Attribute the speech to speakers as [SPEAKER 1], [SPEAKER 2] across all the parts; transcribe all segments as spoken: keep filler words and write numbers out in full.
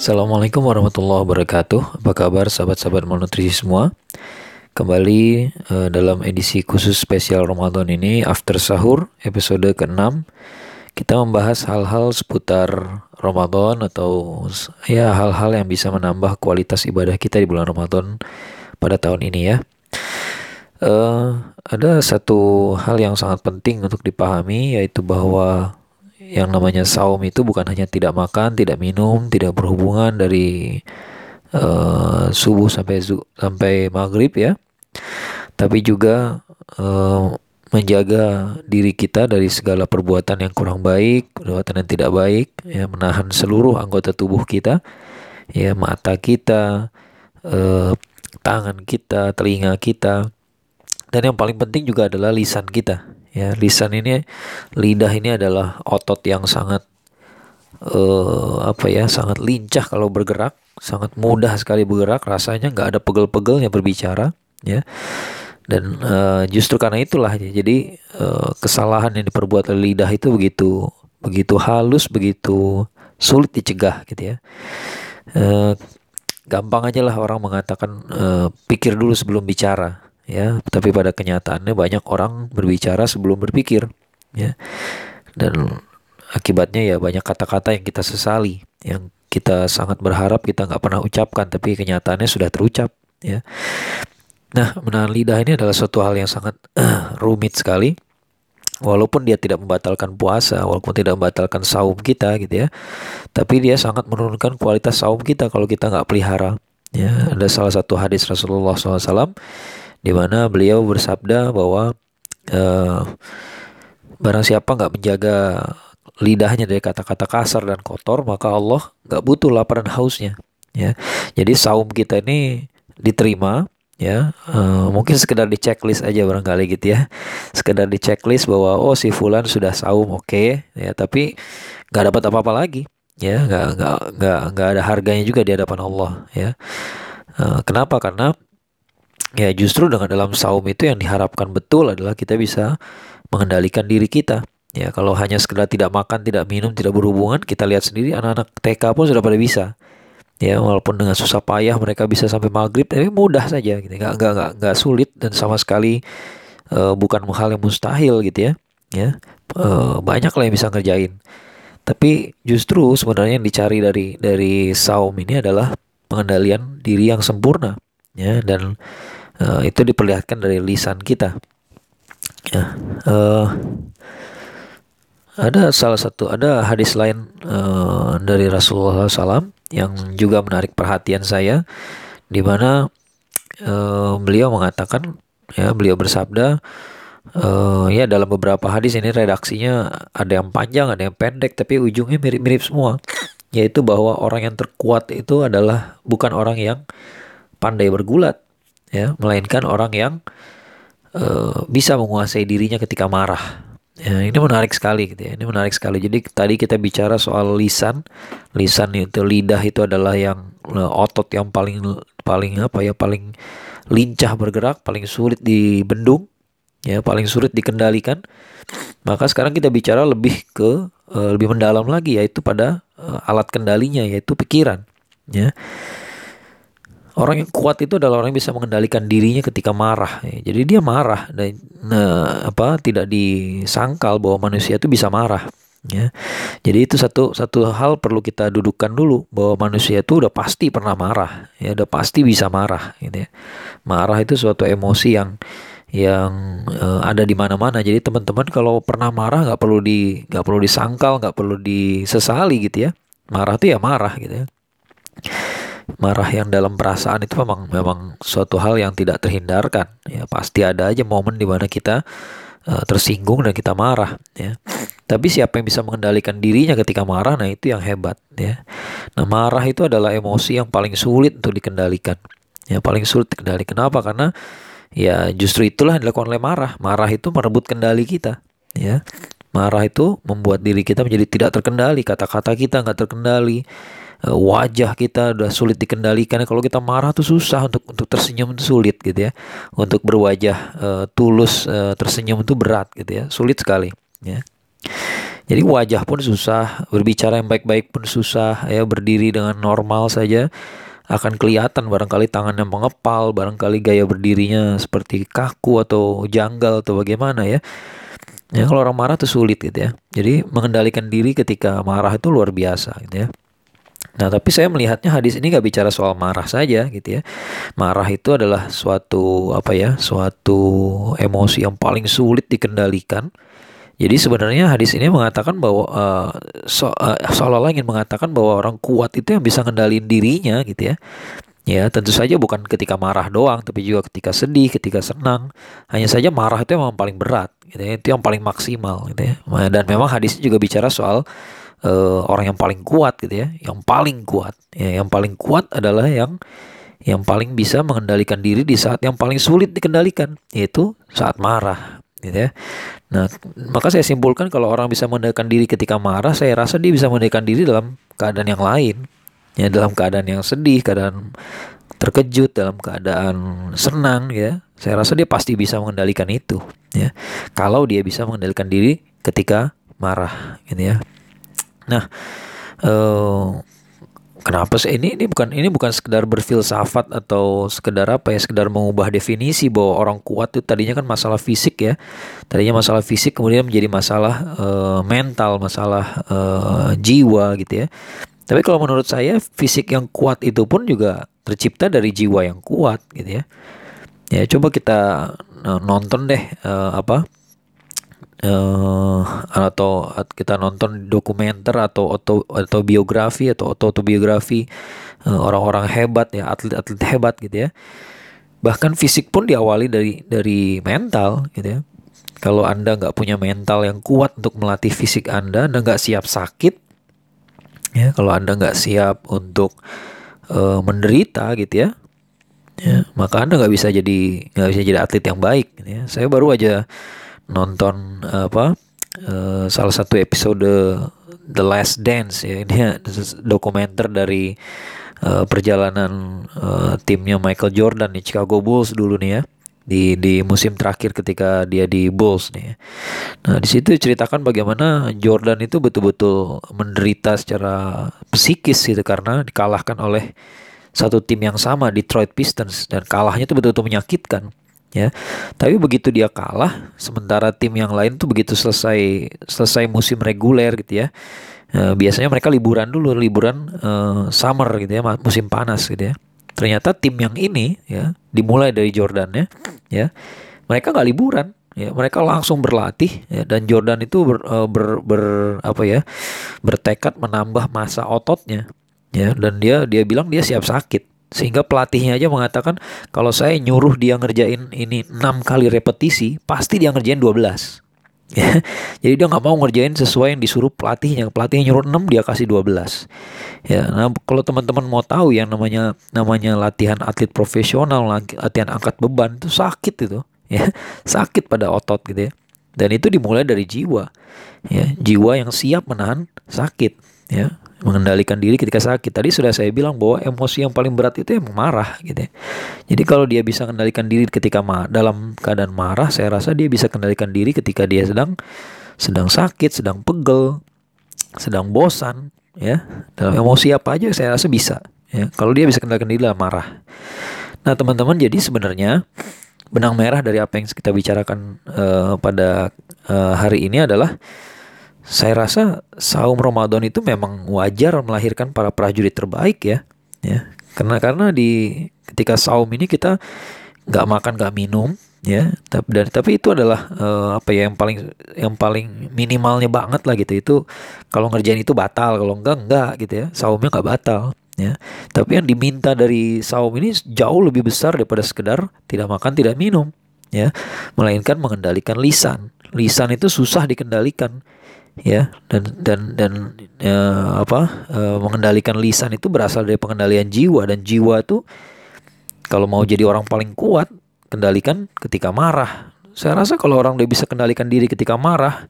[SPEAKER 1] Assalamualaikum warahmatullahi wabarakatuh. Apa kabar sahabat-sahabat malnutrisi semua? Kembali eh, dalam edisi khusus spesial Ramadan ini, After Sahur episode keenam. Kita membahas hal-hal seputar Ramadan atau ya hal-hal yang bisa menambah kualitas ibadah kita di bulan Ramadan pada tahun ini ya. Eh, ada satu hal yang sangat penting untuk dipahami, yaitu bahwa yang namanya saum itu bukan hanya tidak makan, tidak minum, tidak berhubungan dari eh, subuh sampai zu- sampai maghrib ya, tapi juga eh, menjaga diri kita dari segala perbuatan yang kurang baik, perbuatan yang tidak baik, ya, menahan seluruh anggota tubuh kita, ya, mata kita, eh, tangan kita, telinga kita, dan yang paling penting juga adalah lisan kita. Ya, lisan ini, lidah ini adalah otot yang sangat eh, apa ya, sangat lincah kalau bergerak, sangat mudah sekali bergerak, rasanya nggak ada pegel-pegelnya berbicara, ya. Dan eh, justru karena itulah ya, jadi eh, kesalahan yang diperbuat oleh lidah itu begitu begitu halus, begitu sulit dicegah gitu ya. Eh, Gampang aja lah orang mengatakan eh, pikir dulu sebelum bicara, ya. Tapi pada kenyataannya banyak orang berbicara sebelum berpikir, ya. Dan akibatnya ya banyak kata-kata yang kita sesali, yang kita sangat berharap kita nggak pernah ucapkan, tapi kenyataannya sudah terucap, ya. Nah, menahan lidah ini adalah suatu hal yang sangat rumit sekali. Walaupun dia tidak membatalkan puasa, walaupun tidak membatalkan saum kita gitu ya, tapi dia sangat menurunkan kualitas saum kita kalau kita nggak pelihara. Ya, ada salah satu hadis Rasulullah shallallahu alaihi wasallam di mana beliau bersabda bahwa eh, barang siapa nggak menjaga lidahnya dari kata-kata kasar dan kotor, maka Allah nggak butuh lapar dan hausnya. Ya, jadi saum kita ini diterima. Ya, eh, mungkin sekedar di checklist aja barangkali gitu ya, sekedar di checklist bahwa oh si Fulan sudah saum, oke, ya, tapi nggak dapat apa-apa lagi, ya, nggak nggak nggak nggak ada harganya juga di hadapan Allah, ya. Eh, kenapa? Karena ya justru dengan dalam saum itu yang diharapkan betul adalah kita bisa mengendalikan diri kita. Ya, kalau hanya sekedar tidak makan, tidak minum, tidak berhubungan, kita lihat sendiri anak-anak T K pun sudah pada bisa. Ya, walaupun dengan susah payah mereka bisa sampai maghrib, tapi mudah saja gitu. Nggak, nggak, nggak, nggak sulit dan sama sekali eh, bukan hal yang mustahil gitu ya. Ya, eh, banyak lah yang bisa ngerjain. Tapi justru sebenarnya yang dicari dari dari saum ini adalah pengendalian diri yang sempurna. Ya, dan eh, itu diperlihatkan dari lisan kita. Ya, eh, ada salah satu ada hadis lain eh, dari Rasulullah shallallahu alaihi wasallam yang juga menarik perhatian saya, di mana eh, beliau mengatakan, ya, beliau bersabda, eh, ya, dalam beberapa hadis ini redaksinya ada yang panjang, ada yang pendek, tapi ujungnya mirip-mirip semua, yaitu bahwa orang yang terkuat itu adalah bukan orang yang pandai bergulat, ya, melainkan orang yang eh, bisa menguasai dirinya ketika marah. Ya, ini menarik sekali gitu ya. Ini menarik sekali. Jadi tadi kita bicara soal lisan. Lisan itu, lidah itu adalah yang eh, otot yang paling paling apa ya, paling lincah bergerak, paling sulit dibendung, ya, paling sulit dikendalikan. Maka sekarang kita bicara lebih ke eh, lebih mendalam lagi, yaitu pada eh, alat kendalinya, yaitu pikiran, ya. Orang yang kuat itu adalah orang yang bisa mengendalikan dirinya ketika marah, ya. Jadi dia marah dan nah, apa tidak disangkal bahwa manusia itu bisa marah, ya. Jadi itu satu satu hal perlu kita dudukkan dulu, bahwa manusia itu udah pasti pernah marah, ya, udah pasti bisa marah gitu ya. Marah itu suatu emosi yang yang eh, ada di mana-mana. Jadi teman-teman kalau pernah marah nggak perlu di nggak perlu disangkal, nggak perlu disesali gitu ya. Marah itu ya marah gitu ya. Marah yang dalam perasaan itu memang memang suatu hal yang tidak terhindarkan, ya. Pasti ada aja momen di mana kita uh, tersinggung dan kita marah, ya. Tapi siapa yang bisa mengendalikan dirinya ketika marah, nah itu yang hebat, ya. Nah, marah itu adalah emosi yang paling sulit untuk dikendalikan, ya, paling sulit dikendalikan. Kenapa? Karena ya justru itulah yang dilakukan oleh marah. Marah itu merebut kendali kita, ya. Marah itu membuat diri kita menjadi tidak terkendali, kata-kata kita nggak terkendali, eh, wajah kita udah sulit dikendalikan. Kalau kita marah tuh susah untuk untuk tersenyum, itu sulit gitu ya. Untuk berwajah eh, tulus, eh, tersenyum itu berat gitu ya, sulit sekali, ya. Jadi wajah pun susah, berbicara yang baik-baik pun susah, ya berdiri dengan normal saja akan kelihatan barangkali tangannya mengepal, barangkali gaya berdirinya seperti kaku atau janggal atau bagaimana ya. Ya kalau orang marah tuh sulit gitu ya. Jadi mengendalikan diri ketika marah itu luar biasa gitu ya. Nah tapi saya melihatnya hadis ini gak bicara soal marah saja gitu ya. Marah itu adalah suatu apa ya, suatu emosi yang paling sulit dikendalikan. Jadi sebenarnya hadis ini mengatakan bahwa uh, so, uh, seolah-olah ingin mengatakan bahwa orang kuat itu yang bisa ngendaliin dirinya gitu ya. Ya tentu saja bukan ketika marah doang, tapi juga ketika sedih, ketika senang. Hanya saja marah itu memang paling berat, gitu ya. Itu yang paling maksimal, gitu ya. Dan memang hadisnya juga bicara soal uh, orang yang paling kuat, gitu ya. Yang paling kuat, ya, yang paling kuat adalah yang yang paling bisa mengendalikan diri di saat yang paling sulit dikendalikan, yaitu saat marah, gitu ya. Nah, maka saya simpulkan kalau orang bisa mengendalikan diri ketika marah, saya rasa dia bisa mengendalikan diri dalam keadaan yang lain. Ya, dalam keadaan yang sedih, keadaan terkejut, dalam keadaan senang ya, saya rasa dia pasti bisa mengendalikan itu ya. Kalau dia bisa mengendalikan diri ketika marah gitu ya. Nah, eh, kenapa sih ini ini bukan ini bukan sekedar berfilsafat atau sekedar apa ya, sekedar mengubah definisi bahwa orang kuat itu tadinya kan masalah fisik ya. Tadinya masalah fisik kemudian menjadi masalah eh, mental, masalah eh, jiwa gitu ya. Tapi kalau menurut saya fisik yang kuat itu pun juga tercipta dari jiwa yang kuat gitu ya. Ya coba kita uh, nonton deh uh, apa uh, atau kita nonton dokumenter atau atau atau biografi atau autobiografi uh, orang-orang hebat ya, atlet-atlet hebat gitu ya. Bahkan fisik pun diawali dari dari mental gitu ya. Kalau Anda nggak punya mental yang kuat untuk melatih fisik Anda, Anda nggak siap sakit, ya kalau Anda nggak siap untuk uh, menderita gitu ya, ya maka Anda nggak bisa jadi nggak bisa jadi atlet yang baik gitu ya. Saya baru aja nonton uh, apa uh, salah satu episode The Last Dance ya, ini dokumenter dari uh, perjalanan uh, timnya Michael Jordan di Chicago Bulls dulu nih ya, di di musim terakhir ketika dia di Bulls nih. Nah, di situ diceritakan bagaimana Jordan itu betul-betul menderita secara psikis gitu karena dikalahkan oleh satu tim yang sama, Detroit Pistons, dan kalahnya itu betul-betul menyakitkan ya. Tapi begitu dia kalah, sementara tim yang lain tuh begitu selesai selesai musim reguler gitu ya. E, biasanya mereka liburan dulu, liburan e, summer gitu ya, musim panas gitu ya. Ternyata tim yang ini ya, dimulai dari Jordannya ya, mereka nggak liburan ya, mereka langsung berlatih ya, dan Jordan itu ber, ber, ber apa ya bertekad menambah massa ototnya ya, dan dia dia bilang dia siap sakit, sehingga pelatihnya aja mengatakan kalau saya nyuruh dia ngerjain ini enam kali repetisi pasti dia ngerjain dua belas ya. Jadi dia nggak mau ngerjain sesuai yang disuruh pelatihnya. Pelatihnya nyuruh enam, dia kasih dua belas. Ya, nah kalau teman-teman mau tahu yang namanya namanya latihan atlet profesional, latihan angkat beban itu sakit itu, ya. Sakit pada otot gitu ya. Dan itu dimulai dari jiwa. Ya, jiwa yang siap menahan sakit, ya. Mengendalikan diri ketika sakit. Tadi sudah saya bilang bahwa emosi yang paling berat itu yang marah gitu ya. Jadi kalau dia bisa kendalikan diri ketika ma- dalam keadaan marah, saya rasa dia bisa kendalikan diri ketika dia sedang sedang sakit, sedang pegel, sedang bosan ya. Dalam emosi apa aja saya rasa bisa ya. Kalau dia bisa kendalikan diri dalam marah. Nah, teman-teman, jadi sebenarnya benang merah dari apa yang kita bicarakan uh, pada uh, hari ini adalah saya rasa saum Ramadan itu memang wajar melahirkan para prajurit terbaik ya, ya. Karena karena di ketika saum ini kita nggak makan nggak minum ya, tapi dan tapi itu adalah uh, apa ya yang paling yang paling minimalnya banget lah gitu. Itu kalau ngerjain itu batal, kalau enggak enggak gitu ya, saumnya nggak batal ya. Tapi yang diminta dari saum ini jauh lebih besar daripada sekedar tidak makan tidak minum ya, melainkan mengendalikan lisan. Lisan itu susah dikendalikan ya, dan dan dan uh, apa uh, mengendalikan lisan itu berasal dari pengendalian jiwa, dan jiwa itu kalau mau jadi orang paling kuat kendalikan ketika marah. Saya rasa kalau orang udah bisa kendalikan diri ketika marah,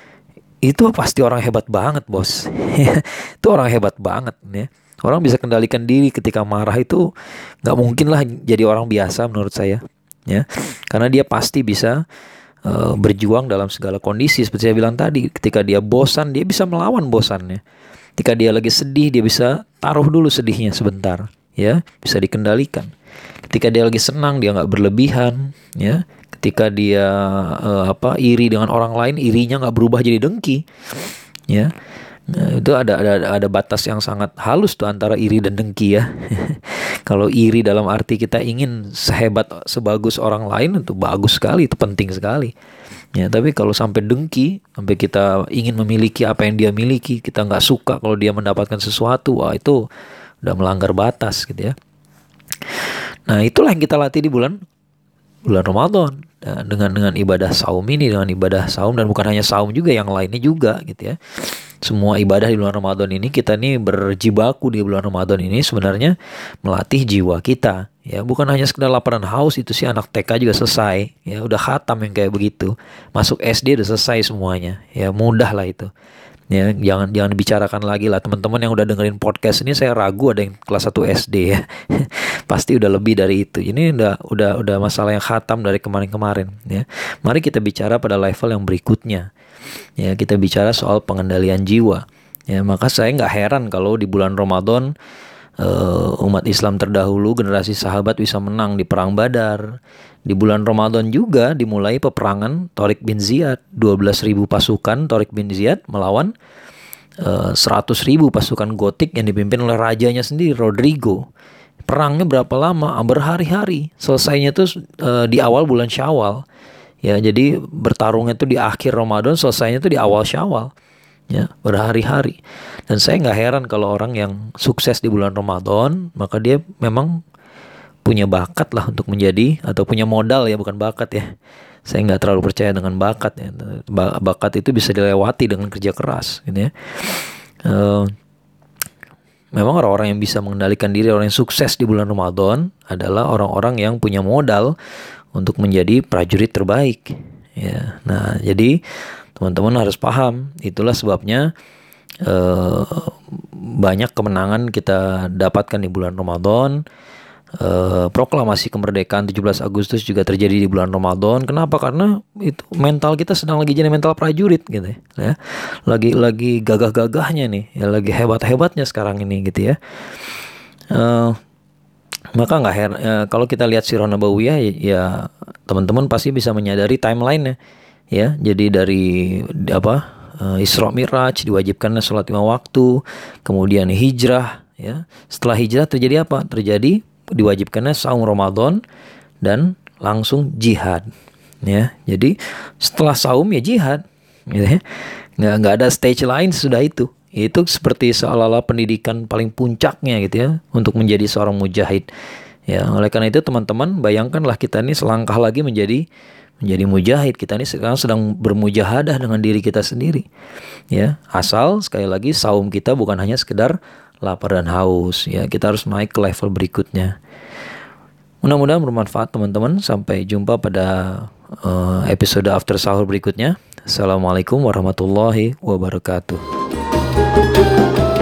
[SPEAKER 1] itu pasti orang hebat banget, bos. Itu orang hebat banget ya. Orang bisa kendalikan diri ketika marah itu nggak mungkin lah jadi orang biasa menurut saya ya, karena dia pasti bisa uh, berjuang dalam segala kondisi. Seperti saya bilang tadi, ketika dia bosan, dia bisa melawan bosannya. Ketika dia lagi sedih, dia bisa taruh dulu sedihnya sebentar, ya, bisa dikendalikan. Ketika dia lagi senang, dia nggak berlebihan, ya. Ketika dia uh, apa iri dengan orang lain, irinya nggak berubah jadi dengki, ya. Nah, itu ada ada ada batas yang sangat halus tuh antara iri dan dengki, ya. Kalau iri dalam arti kita ingin sehebat sebagus orang lain, itu bagus sekali, itu penting sekali. Ya, tapi kalau sampai dengki, sampai kita ingin memiliki apa yang dia miliki, kita nggak suka kalau dia mendapatkan sesuatu, wah itu udah melanggar batas gitu, ya. Nah, itulah yang kita latih di bulan bulan Ramadan. Nah, dengan dengan ibadah saum ini, dengan ibadah saum, dan bukan hanya saum juga, yang lainnya juga gitu, ya. Semua ibadah di bulan Ramadan ini, kita nih berjibaku di bulan Ramadan ini sebenarnya melatih jiwa kita, ya. Bukan hanya sekedar lapar dan haus, itu sih anak T K juga selesai, ya, udah khatam yang kayak begitu. Masuk S D udah selesai semuanya, ya, mudah lah itu. Ya, jangan jangan dibicarakan lagi lah. Teman-teman yang udah dengerin podcast ini, saya ragu ada yang kelas satu S D, ya. Pasti udah lebih dari itu. Ini udah udah udah masalah yang khatam dari kemarin-kemarin, ya. Mari kita bicara pada level yang berikutnya. Ya, kita bicara soal pengendalian jiwa. Ya, maka saya nggak heran kalau di bulan Ramadan uh, umat Islam terdahulu, generasi sahabat bisa menang di perang Badar. Di bulan Ramadan juga dimulai peperangan Tariq bin Ziyad, dua belas ribu pasukan Tariq bin Ziyad melawan uh, seratus ribu pasukan Gotik yang dipimpin oleh rajanya sendiri, Rodrigo. Perangnya berapa lama? Berhari-hari. Selesainya tuh uh, di awal bulan Syawal. Ya, jadi bertarungnya tuh di akhir Ramadan, selesainya tuh di awal Syawal. Ya, berhari-hari. Dan saya nggak heran kalau orang yang sukses di bulan Ramadan, maka dia memang punya bakat lah untuk menjadi, atau punya modal, ya, bukan bakat, ya. Saya nggak terlalu percaya dengan bakat, ya. Bakat itu bisa dilewati dengan kerja keras, gitu, ya. Uh, memang orang-orang yang bisa mengendalikan diri, orang yang sukses di bulan Ramadan adalah orang-orang yang punya modal untuk menjadi prajurit terbaik, ya. Nah, jadi teman-teman harus paham, itulah sebabnya eh, banyak kemenangan kita dapatkan di bulan Ramadan. Eh, proklamasi kemerdekaan tujuh belas Agustus juga terjadi di bulan Ramadan. Kenapa? Karena itu mental kita sedang lagi jadi mental prajurit, gitu, ya. Lagi lagi gagah-gagahnya nih, ya, lagi hebat-hebatnya sekarang ini, gitu, ya. Eh, Maka nggak heran ya, kalau kita lihat Sirah Nabawiyah, ya, ya teman-teman pasti bisa menyadari timeline-nya, ya. Jadi dari apa uh, Isra Mi'raj, diwajibkannya sholat lima waktu, kemudian hijrah, ya. Setelah hijrah terjadi apa? Terjadi diwajibkannya saum Ramadan dan langsung jihad, ya. Jadi setelah saum ya jihad, gitu, ya. Nggak nggak ada stage lain sesudah itu. Itu seperti seolah-olah pendidikan paling puncaknya, gitu, ya, untuk menjadi seorang mujahid. Ya, oleh karena itu teman-teman, bayangkanlah kita ini selangkah lagi menjadi menjadi mujahid. Kita ini sekarang sedang bermujahadah dengan diri kita sendiri, ya. Asal sekali lagi saum kita bukan hanya sekedar lapar dan haus, ya. Kita harus naik ke level berikutnya. Mudah-mudahan bermanfaat teman-teman. Sampai jumpa pada uh, episode after sahur berikutnya. Assalamualaikum warahmatullahi wabarakatuh.